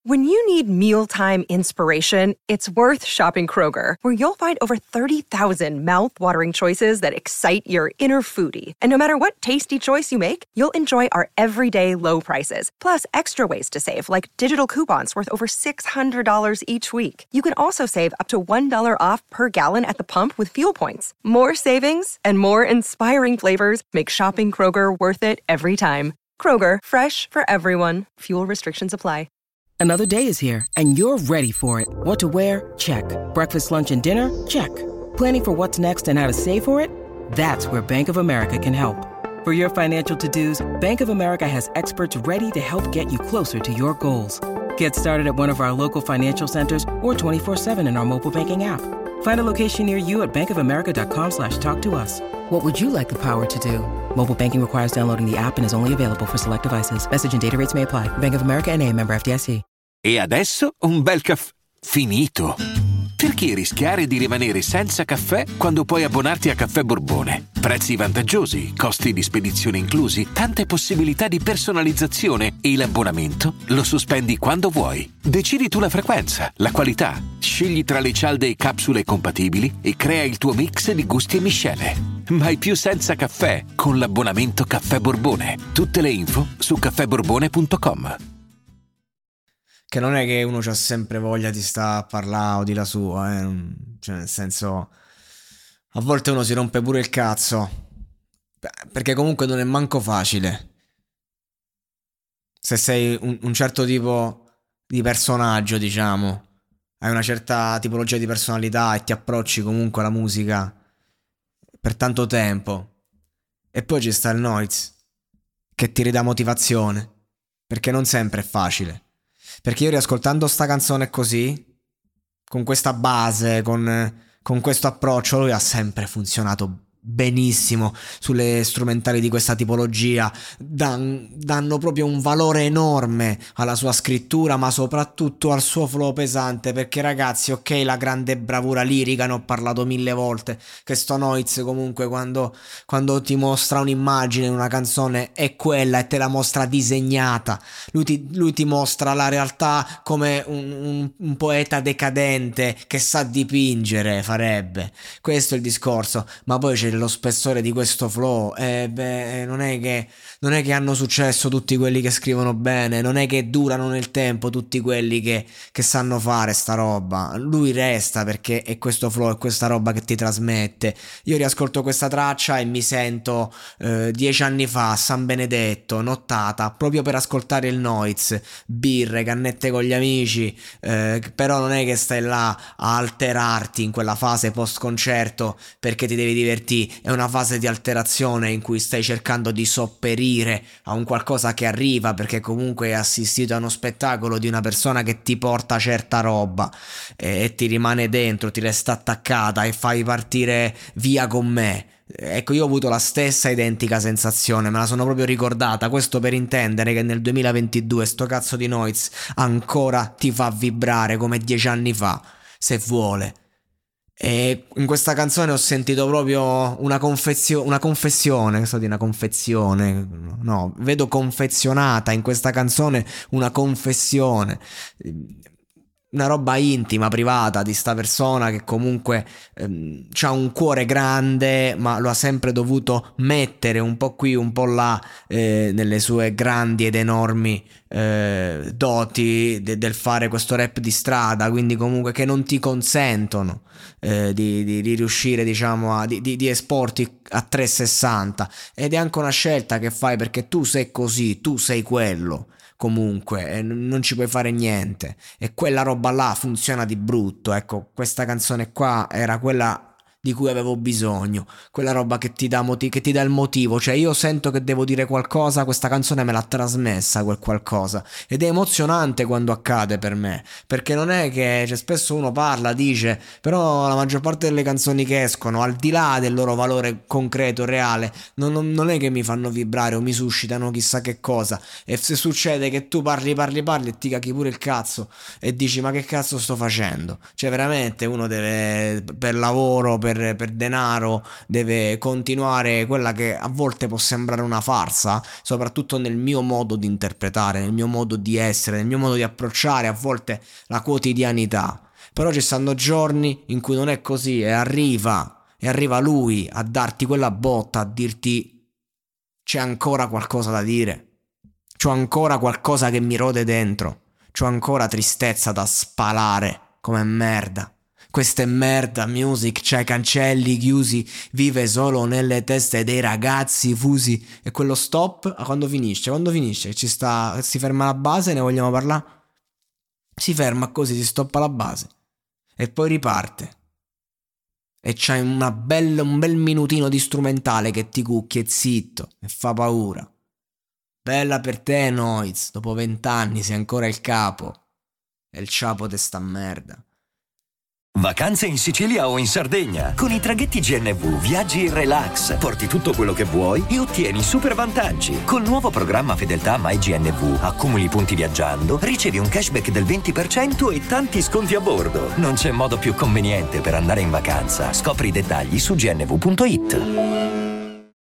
When you need mealtime inspiration, it's worth shopping Kroger, where you'll find over 30,000 mouth-watering choices that excite your inner foodie. And no matter what tasty choice you make, you'll enjoy our everyday low prices, plus extra ways to save, like digital coupons worth over $600 each week. You can also save up to $1 off per gallon at the pump with fuel points. More savings and more inspiring flavors make shopping Kroger worth it every time. Kroger, fresh for everyone. Fuel restrictions apply. Another day is here, and you're ready for it. What to wear? Check. Breakfast, lunch, and dinner? Check. Planning for what's next and how to save for it? That's where Bank of America can help. For your financial to-dos, Bank of America has experts ready to help get you closer to your goals. Get started at one of our local financial centers or 24/7 in our mobile banking app. Find a location near you at bankofamerica.com/talktous. What would you like the power to do? Mobile banking requires downloading the app and is only available for select devices. Message and data rates may apply. Bank of America N.A., member FDIC. E adesso un bel caffè finito. Perché rischiare di rimanere senza caffè quando puoi abbonarti a Caffè Borbone? Prezzi vantaggiosi, costi di spedizione inclusi, tante possibilità di personalizzazione e l'abbonamento lo sospendi quando vuoi. Decidi tu la frequenza, la qualità, scegli tra le cialde e capsule compatibili e crea il tuo mix di gusti e miscele. Mai più senza caffè con l'abbonamento Caffè Borbone. Tutte le info su caffèborbone.com. Che non è che uno c'ha sempre voglia di sta a parlare o di la sua, cioè nel senso, a volte uno si rompe pure il cazzo, perché comunque non è manco facile. Se sei un certo tipo di personaggio, diciamo, hai una certa tipologia di personalità e ti approcci comunque alla musica per tanto tempo, e poi ci sta il Noiz che ti ridà motivazione, perché non sempre è facile. Perché io riascoltando sta canzone così, con questa base, con questo approccio, lui ha sempre funzionato benissimo sulle strumentali di questa tipologia, danno proprio un valore enorme alla sua scrittura, ma soprattutto al suo flow pesante, perché ragazzi, ok, la grande bravura lirica, ne ho parlato 1000 volte, che sto Noiz comunque quando ti mostra un'immagine in una canzone è quella e te la mostra disegnata, lui ti mostra la realtà come un poeta decadente che sa dipingere, farebbe, questo è il discorso. Ma poi c'è lo spessore di questo flow, non è che hanno successo tutti quelli che scrivono bene, non è che durano nel tempo tutti quelli che sanno fare sta roba. Lui resta perché è questo flow, è questa roba che ti trasmette. Io riascolto questa traccia e mi sento 10 anni fa, San Benedetto, nottata, proprio per ascoltare il Noiz, birre, cannette con gli amici, però non è che stai là a alterarti in quella fase post concerto perché ti devi divertire. È una fase di alterazione in cui stai cercando di sopperire a un qualcosa che arriva, perché comunque hai assistito a uno spettacolo di una persona che ti porta certa roba e ti rimane dentro, ti resta attaccata e fai partire via con me. Ecco, io ho avuto la stessa identica sensazione, me la sono proprio ricordata. Questo per intendere che nel 2022 sto cazzo di Noiz ancora ti fa vibrare come 10 anni fa, se vuole. E in questa canzone ho sentito proprio una confessione, che so di una confezione, no, vedo confezionata in questa canzone una confessione, una roba intima, privata di sta persona che comunque c'ha un cuore grande, ma lo ha sempre dovuto mettere un po' qui, un po' là, nelle sue grandi ed enormi doti del fare questo rap di strada, quindi comunque che non ti consentono di riuscire, diciamo, di esporti a 360, ed è anche una scelta che fai perché tu sei così, tu sei quello. Comunque non ci puoi fare niente, e quella roba là funziona di brutto. Ecco, questa canzone qua era quella di cui avevo bisogno, quella roba che ti dà che ti dà il motivo, cioè io sento che devo dire qualcosa, questa canzone me l'ha trasmessa quel qualcosa, ed è emozionante quando accade per me, perché non è che, cioè, spesso uno parla, dice, però la maggior parte delle canzoni che escono, al di là del loro valore concreto, reale, non è che mi fanno vibrare o mi suscitano chissà che cosa, e se succede che tu parli e ti caghi pure il cazzo e dici ma che cazzo sto facendo, cioè veramente uno deve, per lavoro, per per denaro deve continuare quella che a volte può sembrare una farsa, soprattutto nel mio modo di interpretare, nel mio modo di essere, nel mio modo di approcciare a volte la quotidianità. Però ci stanno giorni in cui non è così e arriva lui a darti quella botta, a dirti: c'è ancora qualcosa da dire, c'ho ancora qualcosa che mi rode dentro, c'ho ancora tristezza da spalare come merda. Questa è merda music, c'hai cancelli chiusi, vive solo nelle teste dei ragazzi fusi. E quello stop, quando finisce? Quando finisce? Si ferma la base, ne vogliamo parlare? Si ferma così, si stoppa la base e poi riparte. E c'hai un bel minutino di strumentale che ti cucchi e zitto e fa paura. Bella per te, Noiz, dopo 20 anni sei ancora il capo. E il ciapo de sta merda. Vacanze in Sicilia o in Sardegna. Con i traghetti GNV viaggi in relax, porti tutto quello che vuoi e ottieni super vantaggi. Col nuovo programma Fedeltà MyGNV accumuli punti viaggiando, ricevi un cashback del 20% e tanti sconti a bordo. Non c'è modo più conveniente per andare in vacanza. Scopri i dettagli su gnv.it.